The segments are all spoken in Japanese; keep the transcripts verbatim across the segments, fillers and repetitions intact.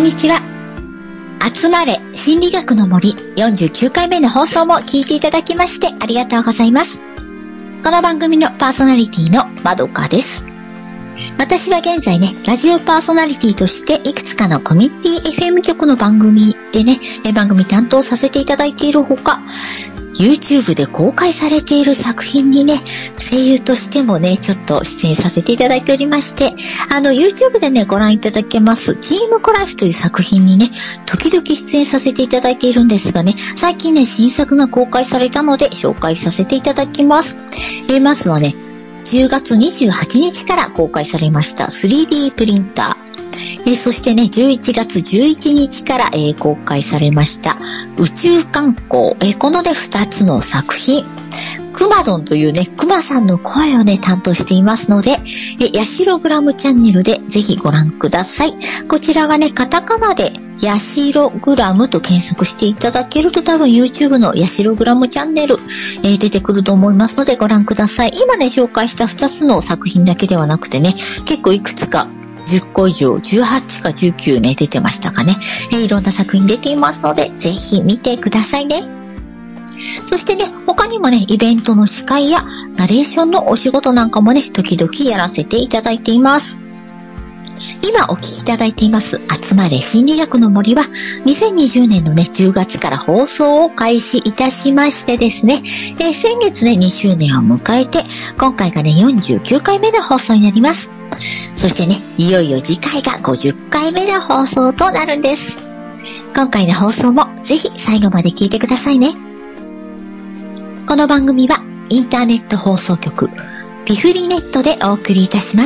にちは。集まれ心理学の森よんじゅうきゅうかいめの放送も聞いていただきましてありがとうございます。この番組のパーソナリティのまどかです。私は現在ね、ラジオパーソナリティとしていくつかのコミュニティ エフエム 局の番組でね、番組担当させていただいているほか、YouTube で公開されている作品にね、声優としてもね、ちょっと出演させていただいておりまして、あの YouTube でね、ご覧いただけますチームコライフという作品にね、時々出演させていただいているんですがね、最近ね、新作が公開されたので紹介させていただきます。えー、まずはね、じゅうがつにじゅうはちにちから公開されました スリーディー プリンター。えー、そしてね、じゅういちがつじゅういちにちから、えー、公開されました宇宙観光。えー、このね、ふたつの作品。くまドンというね、くまさんの声をね、担当していますので、え、ヤシログラムチャンネルでぜひご覧ください。こちらがね、カタカナでヤシログラムと検索していただけると多分 YouTube のヤシログラムチャンネル、えー、出てくると思いますのでご覧ください。今ね、紹介したふたつの作品だけではなくてね、結構いくつかじゅっこ以上、じゅうはちかじゅうきゅうね、出てましたかね。えー、いろんな作品出ていますので、ぜひ見てくださいね。そしてね、他にもね、イベントの司会やナレーションのお仕事なんかもね、時々やらせていただいています。今お聞きいただいています集まれ心理学の森はにせんにじゅうねんのね、じゅうがつから放送を開始いたしましてですね、えー、先月ね、にしゅうねんを迎えて、今回がね、よんじゅうきゅうかいめの放送になります。そしてね、いよいよ次回がごじゅっかいめの放送となるんです。今回の放送もぜひ最後まで聞いてくださいね。この番組はインターネット放送局ピフリネットでお送りいたします。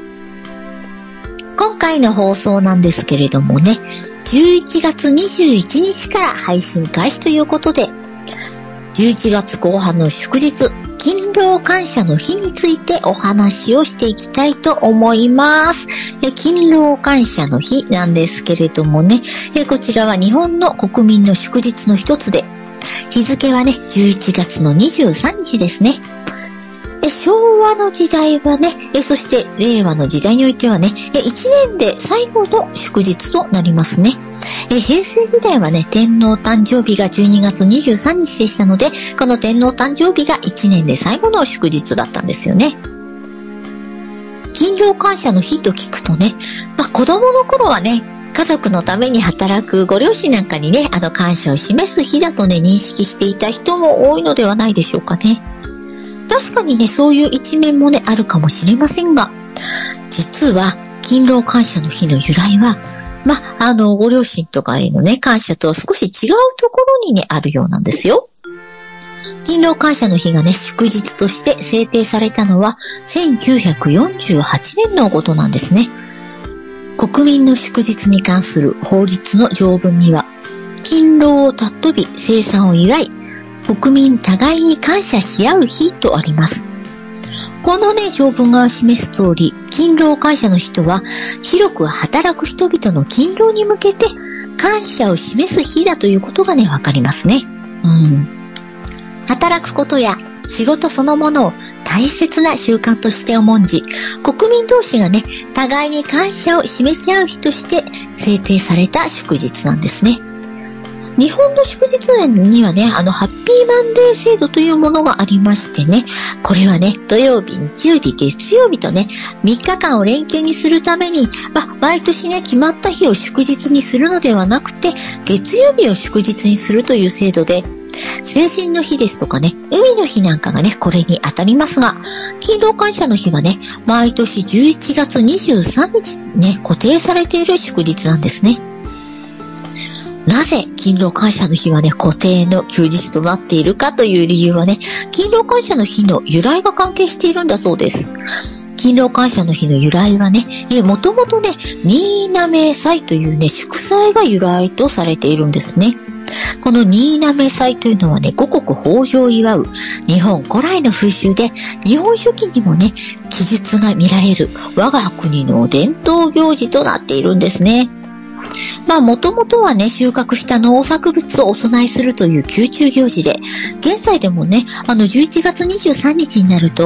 今回の放送なんですけれどもね、じゅういちがつにじゅういちにちから配信開始ということで、じゅういちがつこう半の祝日、勤労感謝の日についてお話をしていきたいと思います。え勤労感謝の日なんですけれどもね、えこちらは日本の国民の祝日の一つで、日付はね、じゅういちがつのにじゅうさんにちですね。え昭和の時代はね、えそして令和の時代においてはね、えいちねんで最後の祝日となりますね。え平成時代はね、天皇誕生日がじゅうにがつにじゅうさんにちでしたので、この天皇誕生日がいちねんで最後の祝日だったんですよね。勤労感謝の日と聞くとね、まあ子供の頃はね、家族のために働くご両親なんかにね、あの感謝を示す日だとね、認識していた人も多いのではないでしょうかね。確かにね、そういう一面もね、あるかもしれませんが、実は、勤労感謝の日の由来は、ま、あの、ご両親とかへのね、感謝とは少し違うところにね、あるようなんですよ。勤労感謝の日がね、祝日として制定されたのは、せんきゅうひゃくよんじゅうはちねんのことなんですね。国民の祝日に関する法律の条文には、勤労を尊び生産を祝い、国民互いに感謝し合う日とあります。このね、条文が示す通り、勤労感謝の日とは、広く働く人々の勤労に向けて感謝を示す日だということがね、わかりますね。うん。働くことや仕事そのものを大切な習慣として重んじ、国民同士がね、互いに感謝を示し合う日として制定された祝日なんですね。日本の祝日にはね、あの、ハッピーマンデー制度というものがありましてね、これはね、土曜日、日曜日、月曜日とね、みっかかんを連休にするために、まあ、毎年ね、決まった日を祝日にするのではなくて、月曜日を祝日にするという制度で、成人の日ですとかね、海の日なんかがね、これに当たりますが、勤労感謝の日はね、毎年じゅういちがつにじゅうさんにちね、固定されている祝日なんですね。なぜ勤労感謝の日はね、固定の休日となっているかという理由はね、勤労感謝の日の由来が関係しているんだそうです。勤労感謝の日の由来はね、えもともとね、新滑祭というね、祝祭が由来とされているんですね。この新滑祭というのはね、五穀豊穣を祝う日本古来の風習で、日本書紀にもね、記述が見られる我が国の伝統行事となっているんですね。まあもともとはね、収穫した農作物をお供えするという宮中行事で、現在でもね、あのじゅういちがつにじゅうさんにちになると、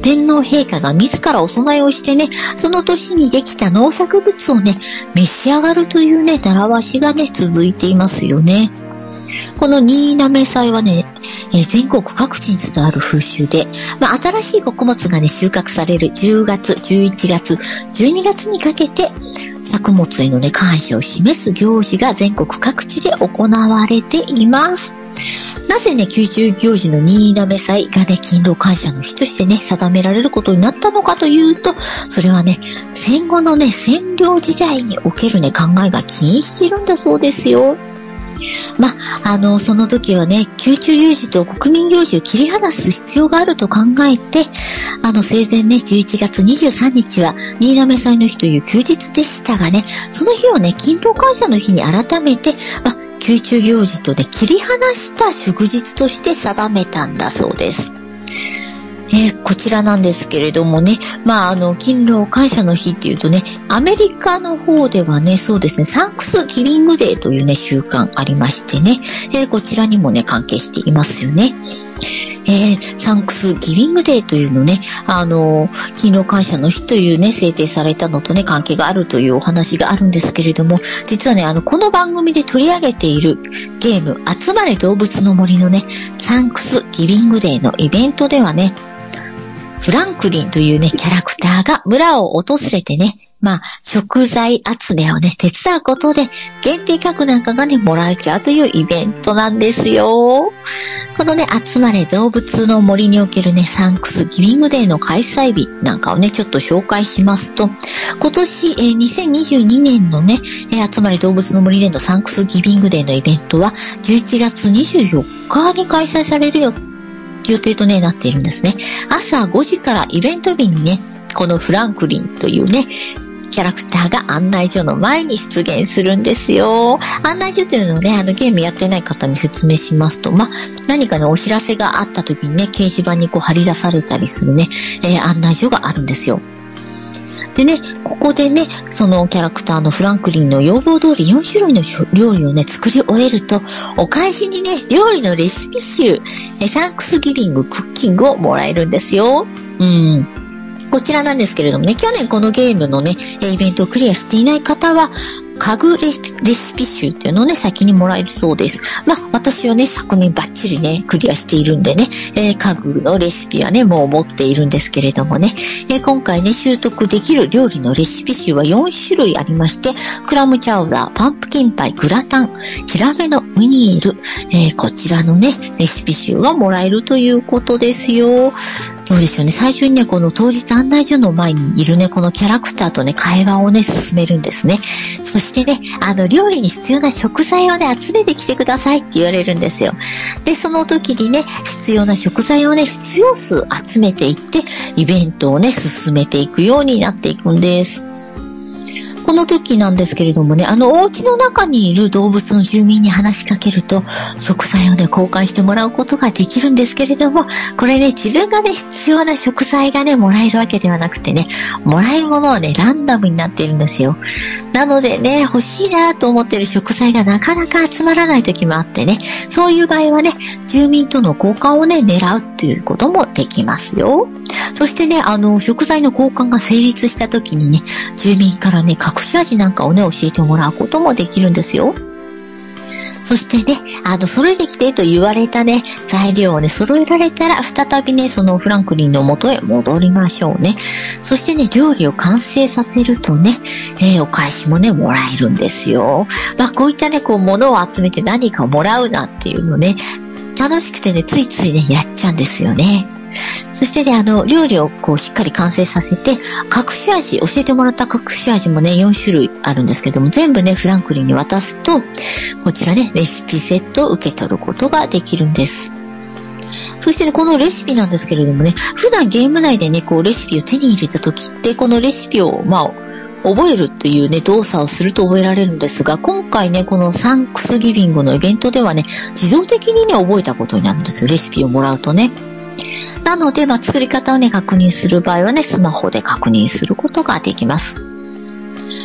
天皇陛下が自らお供えをしてね、その年にできた農作物をね、召し上がるというね、習わしがね、続いていますよね。この新嘗祭はね、えー、全国各地に伝わる風習で、まあ、新しい穀物がね、収穫されるじゅうがつ、じゅういちがつ、じゅうにがつにかけて、作物へのね、感謝を示す行事が全国各地で行われています。なぜね、宮中行事の新嘗祭がね、勤労感謝の日としてね、定められることになったのかというと、それはね、戦後のね、占領時代におけるね、考えが起因しているんだそうですよ。まあ、あの、その時はね、宮中行事と国民行事を切り離す必要があると考えて、あの、生前ね、じゅういちがつにじゅうさんにちは、新嘗祭の日という休日でしたがね、その日をね、勤労感謝の日に改めて、まあ、宮中行事とね、切り離した祝日として定めたんだそうです。えー、こちらなんですけれどもね、まあ、あの、勤労感謝の日っていうとね、アメリカの方ではね、そうですね、サンクスギビングデーというね、習慣ありましてね、えー、こちらにもね、関係していますよね。えー、サンクスギビングデーというのね、あの、勤労感謝の日というね、制定されたのとね、関係があるというお話があるんですけれども、実はね、あの、この番組で取り上げているゲーム、集まれ動物の森のね、サンクスギビングデーのイベントではね、フランクリンというね、キャラクターが村を訪れてね、まあ、食材集めをね、手伝うことで、限定額なんかがね、もらえちゃうというイベントなんですよ。このね、集まれ動物の森におけるね、サンクスギビングデーの開催日なんかをね、ちょっと紹介しますと、今年、えー、にせんにじゅうにねんのね、えー、集まれ動物の森でのサンクスギビングデーのイベントは、じゅういちがつにじゅうよっかに開催されるよ。予定とね、なっているんですね。朝ごじからイベント日にね、このフランクリンというね、キャラクターが案内所の前に出現するんですよ。案内所というのをね、あのゲームやってない方に説明しますと、まあ、何かね、お知らせがあった時にね、掲示板にこう貼り出されたりするね、えー、案内所があるんですよ。でね、ここでね、そのキャラクターのフランクリンの要望通りよんしゅるいの料理をね、作り終えると、お返しにね、料理のレシピ集、えサンクスギビングクッキングをもらえるんですよ。うん。こちらなんですけれどもね、去年このゲームのね、イベントをクリアしていない方は、家具レシピ集っていうのをね、先にもらえるそうです。まあ、私はね、昨年バッチリね、クリアしているんでね、えー、家具のレシピはね、もう持っているんですけれどもね、えー、今回ね、習得できる料理のレシピ集はよんしゅるいありまして、クラムチャウダー、パンプキンパイ、グラタン、ヒラメのムニール、えー、こちらのね、レシピ集がもらえるということですよ。どうでしょうね。最初にね、この当日案内所の前にいるね、このキャラクターとね、会話をね、進めるんですね。そしてね、あの、料理に必要な食材をね、集めてきてくださいって言われるんですよ。で、その時にね、必要な食材をね、必要数集めていって、イベントをね、進めていくようになっていくんです。この時なんですけれどもね、あの、お家の中にいる動物の住民に話しかけると、食材をね、交換してもらうことができるんですけれども、これね、自分がね、必要な食材がね、もらえるわけではなくてね、もらい物はね、ランダムになっているんですよ。なのでね、欲しいなと思っている食材がなかなか集まらない時もあってね、そういう場合はね、住民との交換をね、狙うっていうこともできますよ。そしてね、あの、食材の交換が成立した時にね、住民からね、隠し味なんかをね、教えてもらうこともできるんですよ。そしてね、あの、揃えてきてと言われたね、材料をね、揃えられたら、再びね、そのフランクリンの元へ戻りましょうね。そしてね、料理を完成させるとね、えー、お返しもね、もらえるんですよ。まあ、こういったね、こう、物を集めて何かもらうなっていうのね、楽しくてね、ついついね、やっちゃうんですよね。そしてね、あの、料理をこうしっかり完成させて、隠し味、教えてもらった隠し味もね、よんしゅるいあるんですけども、全部ね、フランクリンに渡すと、こちらね、レシピセットを受け取ることができるんです。そしてね、このレシピなんですけれどもね、普段ゲーム内でね、こうレシピを手に入れた時って、このレシピを、まあ、覚えるっていうね、動作をすると覚えられるんですが、今回ね、このサンクスギビングのイベントではね、自動的にね、覚えたことになるんですよ。レシピをもらうとね。なので、まあ、作り方をね、確認する場合はね、スマホで確認することができます。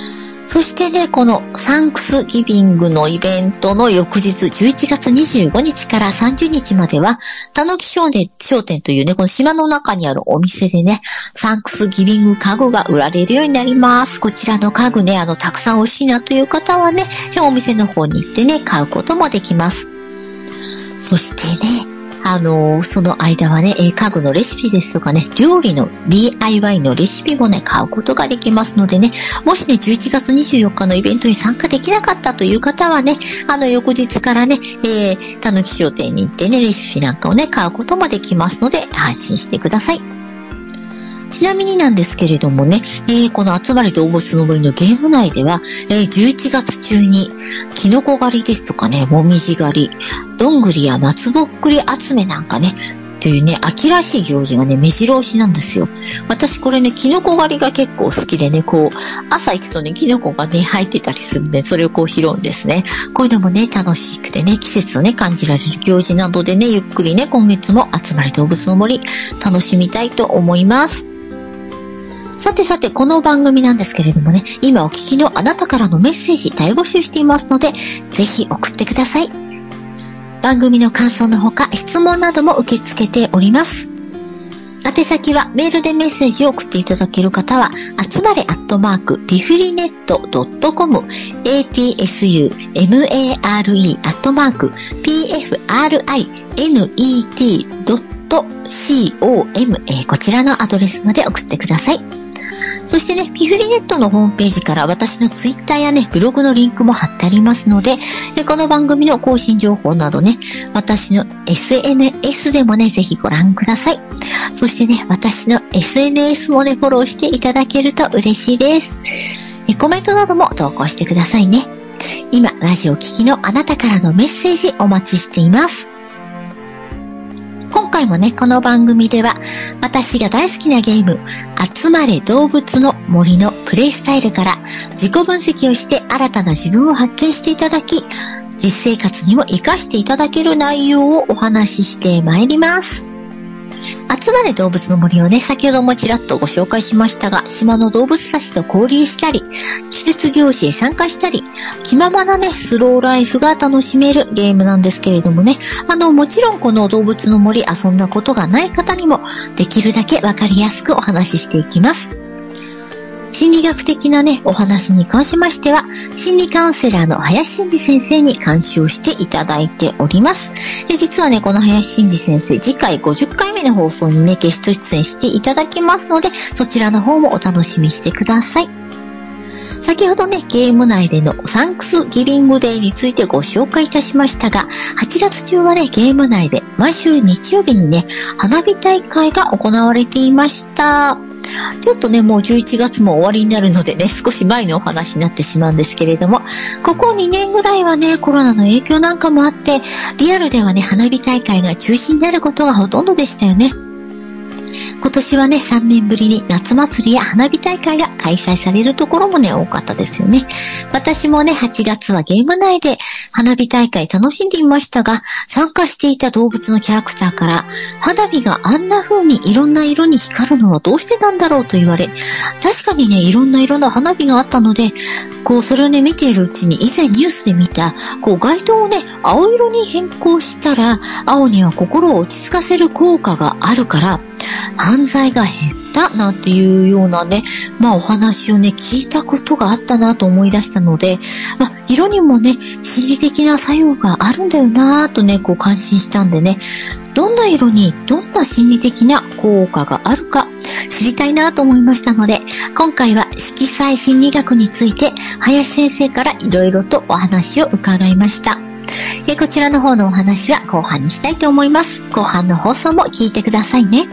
そしてね、このサンクスギビングのイベントの翌日、じゅういちがつにじゅうごにちからさんじゅうにちまでは、たぬき商店商店というね、この島の中にあるお店でね、サンクスギビング家具が売られるようになります。こちらの家具ね、あの、たくさん欲しいなという方はね、お店の方に行ってね、買うこともできます。そしてね、あのー、その間はね、家具のレシピですとかね、料理の ディーアイワイ のレシピもね、買うことができますのでね、もしね、じゅういちがつにじゅうよっかのイベントに参加できなかったという方はね、あの、翌日からね、えー、たぬき商店に行ってね、レシピなんかをね、買うこともできますので、安心してください。ちなみになんですけれどもね、えー、この集まり動物の森のゲーム内では、えー、じゅういちがつ中に、キノコ狩りですとかね、もみじ狩り、どんぐりや松ぼっくり集めなんかね、というね、秋らしい行事がね、目白押しなんですよ。私これね、キノコ狩りが結構好きでね、こう、朝行くとね、キノコがね、入ってたりするんで、それをこう拾うんですね。こういうのもね、楽しくてね、季節をね、感じられる行事などでね、ゆっくりね、今月も集まり動物の森、楽しみたいと思います。さてさて、この番組なんですけれどもね、今お聞きのあなたからのメッセージ大募集していますので、ぜひ送ってください。番組の感想のほか、質問なども受け付けております。宛先はメールでメッセージを送っていただける方は、集まれアットマーク、ピフリネットドットコム、エーティーエスユーエムエーアールイー アットマーク、ピーエフアールアイエヌイーティードットコム、こちらのアドレスまで送ってください。そしてね、ピフリネットのホームページから私のツイッターやね、ブログのリンクも貼ってありますので、この番組の更新情報などね、私の エスエヌエス でもね、ぜひご覧ください。そしてね、私の エスエヌエス もね、フォローしていただけると嬉しいです。コメントなども投稿してくださいね。今、ラジオ聞きのあなたからのメッセージお待ちしています。今回もね、この番組では、私が大好きなゲーム、集まれ動物の森のプレイスタイルから自己分析をして新たな自分を発見していただき、実生活にも活かしていただける内容をお話ししてまいります。集まれ動物の森をね、先ほどもちらっとご紹介しましたが、島の動物たちと交流したり、季節行事へ参加したり、気ままなね、スローライフが楽しめるゲームなんですけれどもね、あの、もちろんこの動物の森遊んだことがない方にも、できるだけわかりやすくお話ししていきます。心理学的なね、お話に関しましては、心理カウンセラーの林真二先生に監修をしていただいております。で実はね、この林真二先生、次回ごじゅっかいめの放送にね、ゲスト出演していただきますので、そちらの方もお楽しみにしてください。先ほどね、ゲーム内でのサンクスギビングデーについてご紹介いたしましたが、はちがつ中はね、ゲーム内で毎週日曜日にね、花火大会が行われていました。ちょっとね、もうじゅういちがつも終わりになるのでね、少し前のお話になってしまうんですけれども、ここにねんぐらいはね、コロナの影響なんかもあって、リアルではね、花火大会が中止になることがほとんどでしたよね。今年はね、さんねんぶりに夏祭りや花火大会が開催されるところもね、多かったですよね。私もね、はちがつはゲーム内で花火大会楽しんでいましたが、参加していた動物のキャラクターから、花火があんな風にいろんな色に光るのはどうしてなんだろうと言われ、確かにね、いろんな色の花火があったので、こう、それをね、見ているうちに以前ニュースで見た、こう、街灯をね、青色に変更したら、青には心を落ち着かせる効果があるから、犯罪が減ったなんていうようなね、まあお話をね、聞いたことがあったなと思い出したので、まあ色にもね、心理的な作用があるんだよなぁとね、こう感心したんでね、どんな色にどんな心理的な効果があるか知りたいなと思いましたので、今回は色彩心理学について林先生からいろいろとお話を伺いました。えこちらの方のお話は後半にしたいと思います。後半の放送も聞いてくださいね。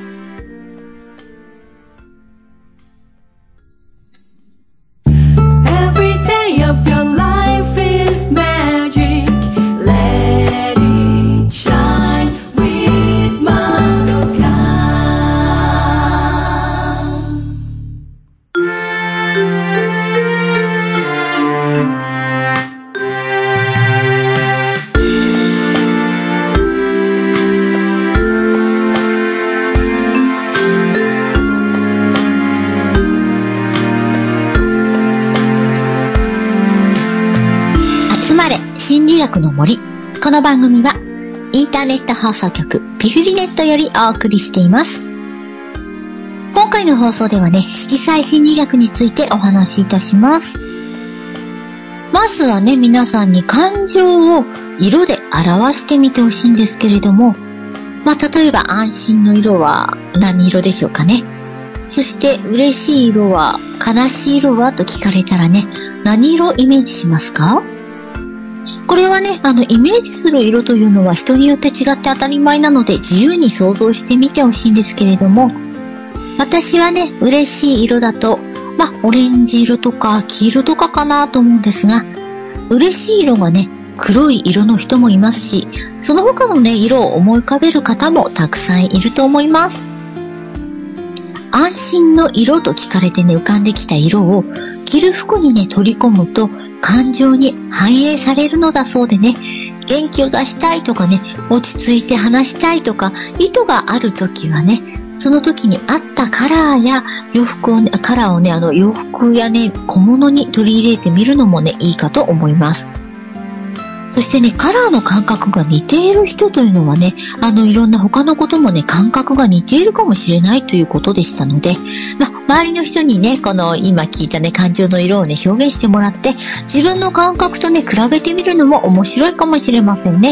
心理学の森。この番組はインターネット放送局ピフリネットよりお送りしています。今回の放送ではね、色彩心理学についてお話しいたします。まずはね、皆さんに感情を色で表してみてほしいんですけれども、まあ、例えば安心の色は何色でしょうかね。そして嬉しい色は、悲しい色はと聞かれたらね、何色をイメージしますか？これはね、あの、イメージする色というのは人によって違って当たり前なので自由に想像してみてほしいんですけれども、私はね、嬉しい色だと、まあ、オレンジ色とか黄色とかかなと思うんですが、嬉しい色がね、黒い色の人もいますし、その他のね、色を思い浮かべる方もたくさんいると思います。安心の色と聞かれてね、浮かんできた色を着る服にね、取り込むと感情に反映されるのだそうでね、元気を出したいとかね、落ち着いて話したいとか、意図があるときはね、その時に合ったカラーや洋服をね、カラーをね、あの洋服やね、小物に取り入れてみるのもね、いいかと思います。そしてね、カラーの感覚が似ている人というのはね、あのいろんな他のこともね、感覚が似ているかもしれないということでしたので、まあ、周りの人にね、この今聞いたね、感情の色をね、表現してもらって、自分の感覚とね、比べてみるのも面白いかもしれませんね。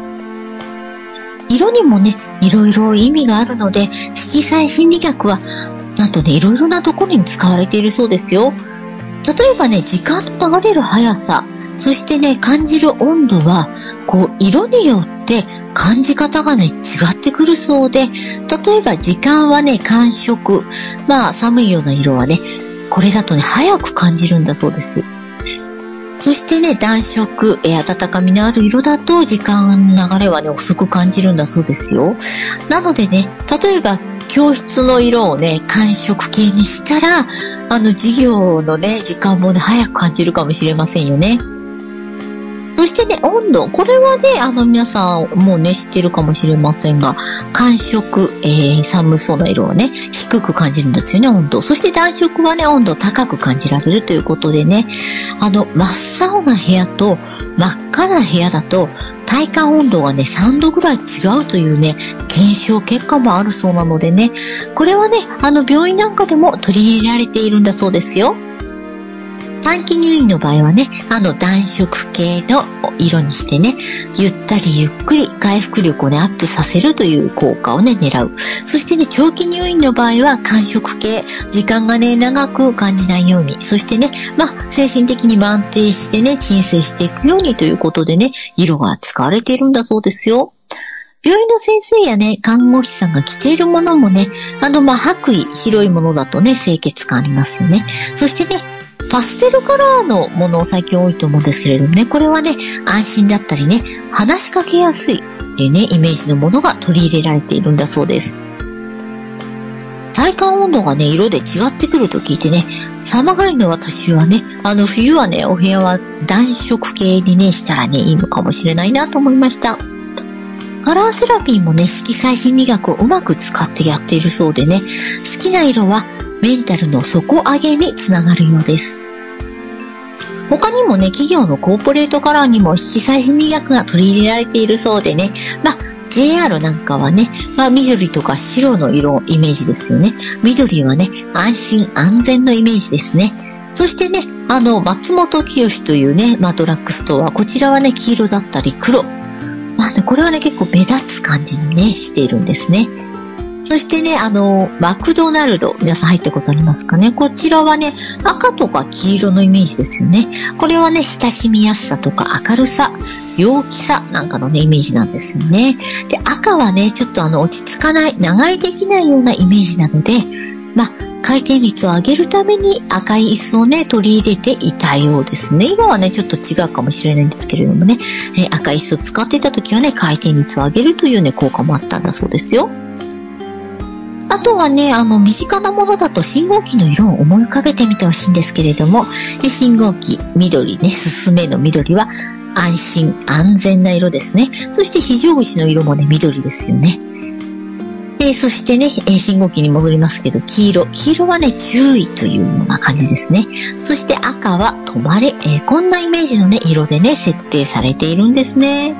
色にもね、いろいろ意味があるので、色彩心理学は、なんとね、いろいろなところに使われているそうですよ。例えばね、時間の流れる速さ、そしてね、感じる温度は、こう、色によって感じ方がね、違ってくるそうで、例えば時間はね、寒色、まあ寒いような色はね、これだとね、早く感じるんだそうです。そしてね、暖色、えー、温かみのある色だと時間の流れはね、遅く感じるんだそうですよ。なのでね、例えば教室の色をね、寒色系にしたら、あの授業のね、時間もね、早く感じるかもしれませんよね。そしてね、温度。これはね、あの皆さんもうね、知ってるかもしれませんが、寒色、えー、寒そうな色はね、低く感じるんですよね、温度。そして暖色はね、温度高く感じられるということでね、あの、真っ青な部屋と真っ赤な部屋だと、体感温度がね、さんどぐらい違うというね、検証結果もあるそうなのでね、これはね、あの病院なんかでも取り入れられているんだそうですよ。短期入院の場合はね、あの暖色系の色にしてね、ゆったりゆっくり回復力をね、アップさせるという効果をね、狙う。そしてね、長期入院の場合は寒色系、時間がね、長く感じないように、そしてね、まあ、精神的に安定してね、鎮静していくようにということでね、色が使われているんだそうですよ。病院の先生やね、看護師さんが着ているものもね、あの、まあ、白衣、白いものだとね、清潔感ありますよね。そしてね、パステルカラーのものを最近多いと思うんですけれどもね、これはね、安心だったりね、話しかけやすいっていうね、イメージのものが取り入れられているんだそうです。体感温度がね、色で違ってくると聞いてね、寒がりの私はね、あの冬はね、お部屋は暖色系にね、したらね、いいのかもしれないなと思いました。カラーセラピーもね、色彩心理学をうまく使ってやっているそうでね、好きな色はメンタルの底上げにつながるようです。他にもね、企業のコーポレートカラーにも色彩心理学が取り入れられているそうでね、まあ、ジェイアール なんかはね、まあ、緑とか白の色、イメージですよね。緑はね、安心安全のイメージですね。そしてね、あの、松本清というね、まあ、ドラッグストア、こちらはね、黄色だったり黒。まあね、これはね、結構目立つ感じにね、しているんですね。そしてね、あの、マクドナルド、皆さん入ったことありますかね。こちらはね、赤とか黄色のイメージですよね。これはね、親しみやすさとか明るさ、陽気さなんかのね、イメージなんですよね。で、赤はね、ちょっとあの、落ち着かない、長居できないようなイメージなので、まあ、回転率を上げるために赤い椅子をね、取り入れていたようですね。今はね、ちょっと違うかもしれないんですけれどもね、えー、赤い椅子を使っていた時はね、回転率を上げるというね、効果もあったんだそうですよ。あとはね、あの、身近なものだと信号機の色を思い浮かべてみてほしいんですけれども、信号機、緑ね、すすめの緑は安心、安全な色ですね。そして非常口の色もね、緑ですよね。 えー、そしてね、えー、信号機に戻りますけど、黄色。黄色はね、注意というような感じですね。そして赤は止まれ。えー、こんなイメージのね、色でね、設定されているんですね。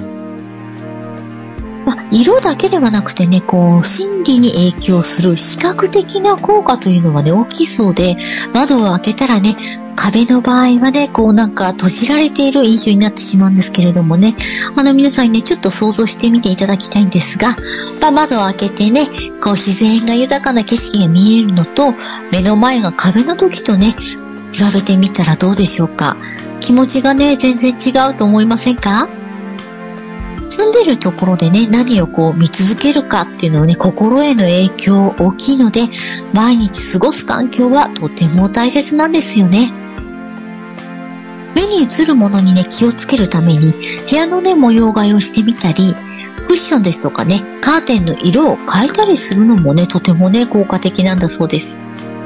まあ、色だけではなくてね、こう、心理に影響する視覚的な効果というのはね、大きそうで、窓を開けたらね、壁の場合はね、こうなんか閉じられている印象になってしまうんですけれどもね、あの皆さんにね、ちょっと想像してみていただきたいんですが、まあ、窓を開けてね、こう自然が豊かな景色が見えるのと、目の前が壁の時とね、比べてみたらどうでしょうか。気持ちがね、全然違うと思いませんか？住んでるところでね、何をこう見続けるかっていうのはね、心への影響大きいので、毎日過ごす環境はとても大切なんですよね。目に映るものにね、気をつけるために、部屋のね、模様替えをしてみたり、クッションですとかね、カーテンの色を変えたりするのもね、とてもね、効果的なんだそうです。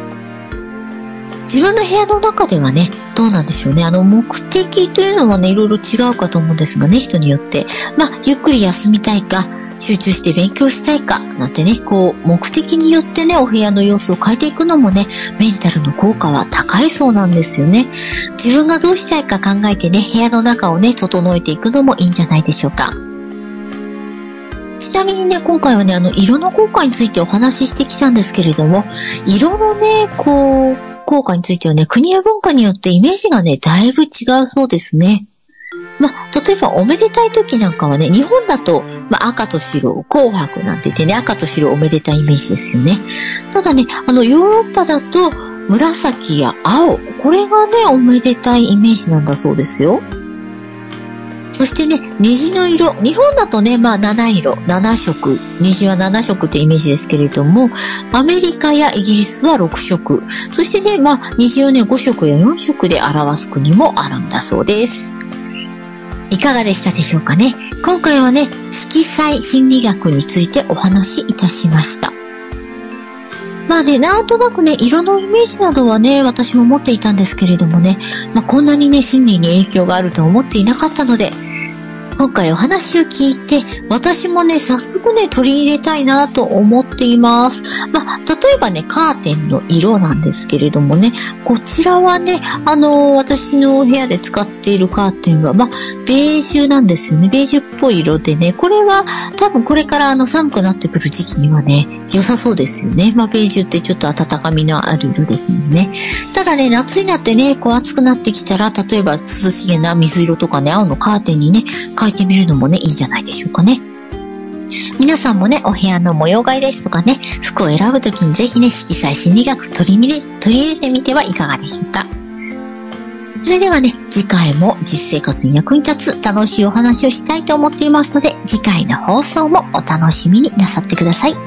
自分の部屋の中ではね、どうなんでしょうね。あの、目的というのはね、いろいろ違うかと思うんですがね、人によって。まあ、ゆっくり休みたいか、集中して勉強したいか、なんてね、こう、目的によってね、お部屋の様子を変えていくのもね、メンタルの効果は高いそうなんですよね。自分がどうしたいか考えてね、部屋の中をね、整えていくのもいいんじゃないでしょうか。ちなみにね、今回はね、あの、色の効果についてお話ししてきたんですけれども、色のね、こう、効果についてはね、国や文化によってイメージがね、だいぶ違うそうですね。まあ、例えばおめでたい時なんかはね、日本だと、まあ、赤と白、紅白なんて言ってね、赤と白おめでたいイメージですよね。ただね、あの、ヨーロッパだと、紫や青、これがね、おめでたいイメージなんだそうですよ。そしてね、虹の色。日本だとね、まあなな色、なな色。虹はなな色ってイメージですけれども、アメリカやイギリスはろく色。そしてね、まあ虹をね、ご色やよん色で表す国もあるんだそうです。いかがでしたでしょうかね。今回はね、色彩心理学についてお話しいたしました。まあね、なんとなくね、色のイメージなどはね、私も持っていたんですけれどもね、まあこんなにね、心理に影響があるとは思っていなかったので、今回お話を聞いて、私もね、早速ね、取り入れたいなと思っています。まあ、例えばね、カーテンの色なんですけれどもね、こちらはね、あのー、私の部屋で使っているカーテンは、まあ、ベージュなんですよね。ベージュっぽい色でね、これは多分これからあの寒くなってくる時期にはね、良さそうですよね。まあ、ベージュってちょっと温かみのある色ですよね。ただね、夏になってね、こう暑くなってきたら、例えば涼しげな水色とかね、青のカーテンにね、変えてみるのもね、いいんじゃないでしょうかね。皆さんもね、お部屋の模様替えですとかね、服を選ぶときにぜひね、色彩心理学取り入れ、取り入れてみてはいかがでしょうか。それではね、次回も実生活に役に立つ楽しいお話をしたいと思っていますので、次回の放送もお楽しみになさってください。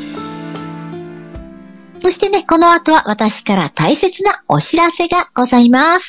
そしてね、この後は私から大切なお知らせがございます。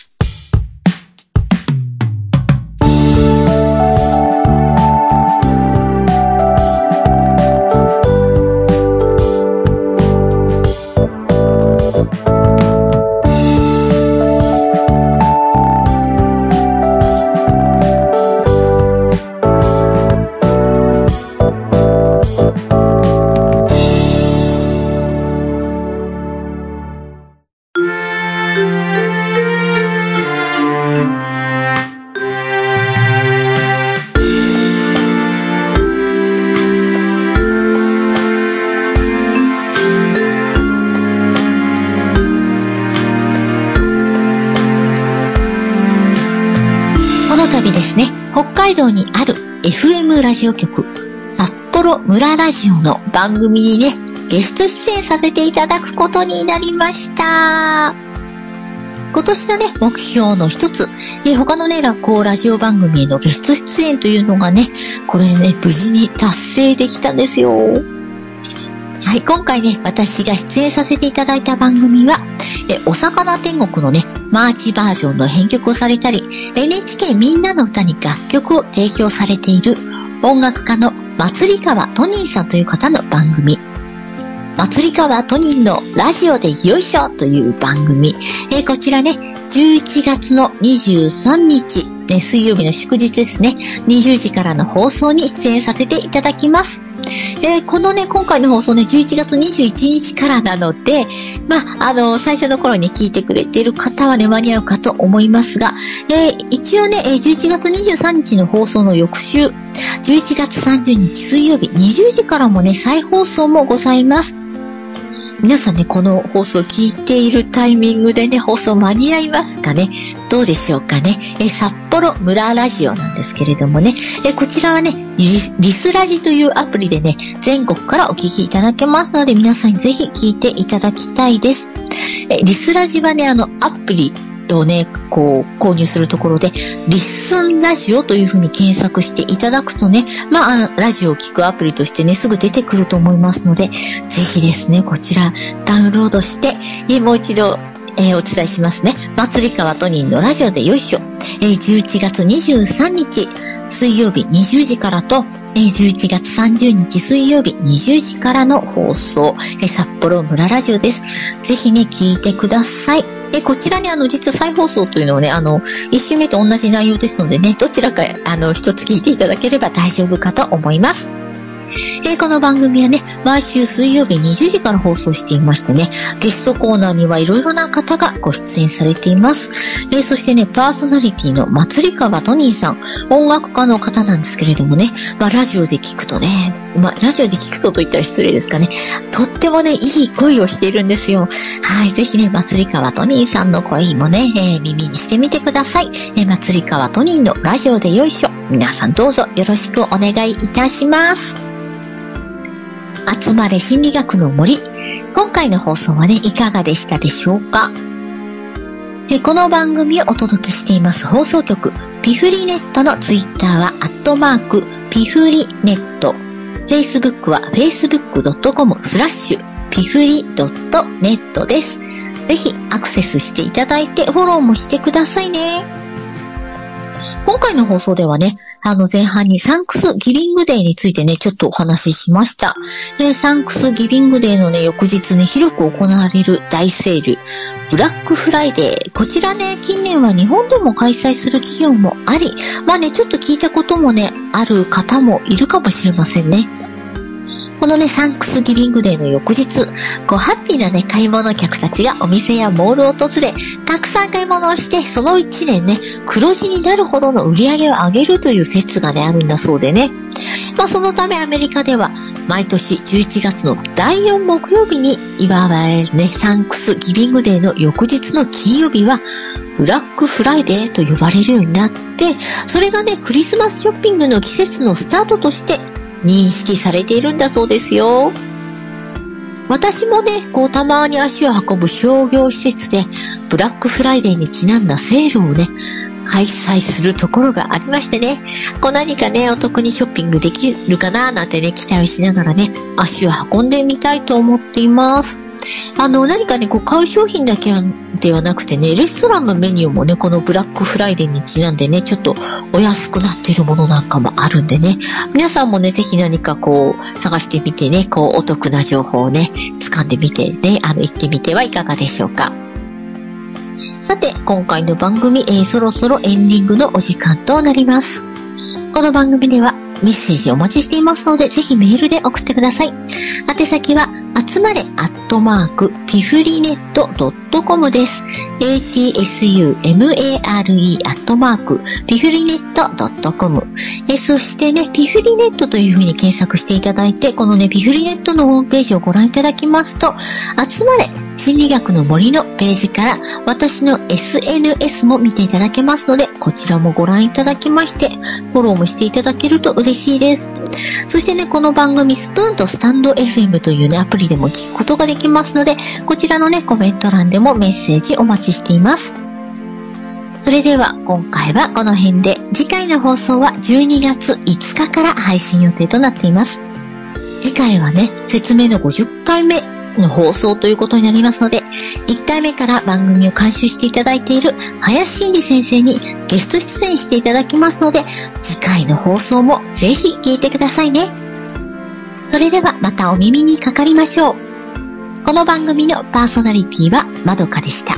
ですね、北海道にある エフエム ラジオ局札幌村ラジオの番組にね、ゲスト出演させていただくことになりました。今年のね、目標の一つ、え他のね、こうラジオ番組へのゲスト出演というのがね、これね、無事に達成できたんですよ。はい、今回ね、私が出演させていただいた番組は、えお魚天国のね、マーチバージョンの編曲をされたり、エヌエイチケー みんなの歌に楽曲を提供されている音楽家の祭川トニンさんという方の番組。祭川トニンのラジオでよいしょという番組。えー、こちらね、じゅういちがつのにじゅうさんにち、ね、水曜日の祝日ですね、にじゅうじからの放送に出演させていただきます。 えー、このね、今回の放送ね、じゅういちがつにじゅういちにちからなので、まあ、あの、最初の頃に聞いてくれている方はね、間に合うかと思いますが、えー、一応ね、じゅういちがつにじゅうさんにちの放送の翌週、じゅういちがつさんじゅうにち水曜日にじゅうじからもね、再放送もございます。皆さんね、この放送を聞いているタイミングでね、放送間に合いますかね。どうでしょうかね。え、札幌村ラジオなんですけれどもね、え、こちらはね、リス、リスラジというアプリでね、全国からお聞きいただけますので、皆さんぜひ聞いていただきたいです。え、リスラジはね、あの、アプリをね、こう、購入するところで、リッスンラジオという風に検索していただくとね、まあ、あの、ラジオを聞くアプリとしてね、すぐ出てくると思いますので、ぜひですね、こちら、ダウンロードして、えもう一度、えー、お伝えしますね。祭川都人のラジオでよいしょ。えー、じゅういちがつにじゅうさんにち、水曜日にじゅうじからと、えー、じゅういちがつさんじゅうにち水曜日にじゅうじからの放送、えー、札幌村ラジオです。ぜひね、聞いてください。えー、こちらね、あの、実は再放送というのはね、あの、一週目と同じ内容ですのでね、どちらか、あの、一つ聞いていただければ大丈夫かと思います。えー、この番組はね、毎週水曜日にじゅうじから放送していましてね、ゲストコーナーにはいろいろな方がご出演されています。えー、そしてね、パーソナリティの祭川トニーさん、音楽家の方なんですけれどもね、まあラジオで聞くとね、まあラジオで聞くとと言ったら失礼ですかね、とってもね、いい声をしているんですよ。はい、ぜひね、祭川トニーさんの声もね、えー、耳にしてみてください。えー、祭川トニーのラジオでよいしょ。皆さんどうぞよろしくお願いいたします。集まれ心理学の森。今回の放送はね、いかがでしたでしょうか。えこの番組をお届けしています放送局、ピフリネットのツイッターは、アットマーク、ピフリネット。Facebook は フェイスブックドットコム スラッシュ、ピフリドットネット です。ぜひアクセスしていただいてフォローもしてくださいね。今回の放送ではね、あの前半にサンクスギビングデーについてね、ちょっとお話ししました。えー、サンクスギビングデーのね、翌日に広く行われる大セール、ブラックフライデー。こちらね、近年は日本でも開催する企業もあり、まあね、ちょっと聞いたこともね、ある方もいるかもしれませんね。このね、サンクスギビングデーの翌日、こう、ハッピーなね、買い物客たちがお店やモールを訪れ、たくさん買い物をして、その一年ね、黒字になるほどの売り上げを上げるという説がね、あるんだそうでね。まあ、そのためアメリカでは、毎年じゅういちがつのだいよん木曜日に祝われるね、サンクスギビングデーの翌日の金曜日は、ブラックフライデーと呼ばれるようになって、それがね、クリスマスショッピングの季節のスタートとして、認識されているんだそうですよ。私もね、こうたまに足を運ぶ商業施設でブラックフライデーにちなんだセールをね、開催するところがありましてね、こう何かね、お得にショッピングできるかななんてね、期待をしながらね、足を運んでみたいと思っています。あの、何かね、こう買う商品だけではなくてね、レストランのメニューもね、このブラックフライデーにちなんでね、ちょっとお安くなっているものなんかもあるんでね、皆さんもね、ぜひ何かこう、探してみてね、こう、お得な情報をね、掴んでみてね、あの、行ってみてはいかがでしょうか。さて、今回の番組、えー、そろそろエンディングのお時間となります。この番組ではメッセージお待ちしていますので、ぜひメールで送ってください。宛先は、集まれアットマークピフリネットドットコムです。エーティーエスユーエムエーアールイー アットマークピフリネットドットコム。え、そしてね、ピフリネットという風に検索していただいて、このね、ピフリネットのホームページをご覧いただきますと、集まれ心理学の森のページから私の エスエヌエス も見ていただけますので、こちらもご覧いただきまして、フォローもしていただけると嬉しいです。そしてね、この番組スプーンとスタンド エフエム というね、アプリでも聞くことができますので、こちらのね、コメント欄でもメッセージお待ちしています。それでは今回はこの辺で、次回の放送はじゅうにがついつかから配信予定となっています。次回はね、説明のごじゅっかいめの放送ということになりますので、いっかいめから番組を監修していただいている林真理先生にゲスト出演していただきますので、次回の放送もぜひ聞いてくださいね。それではまたお耳にかかりましょう。この番組のパーソナリティはまどかでした。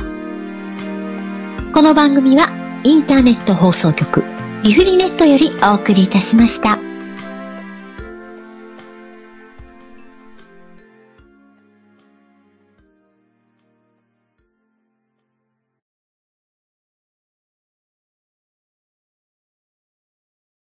この番組はインターネット放送局ピフリネットよりお送りいたしました。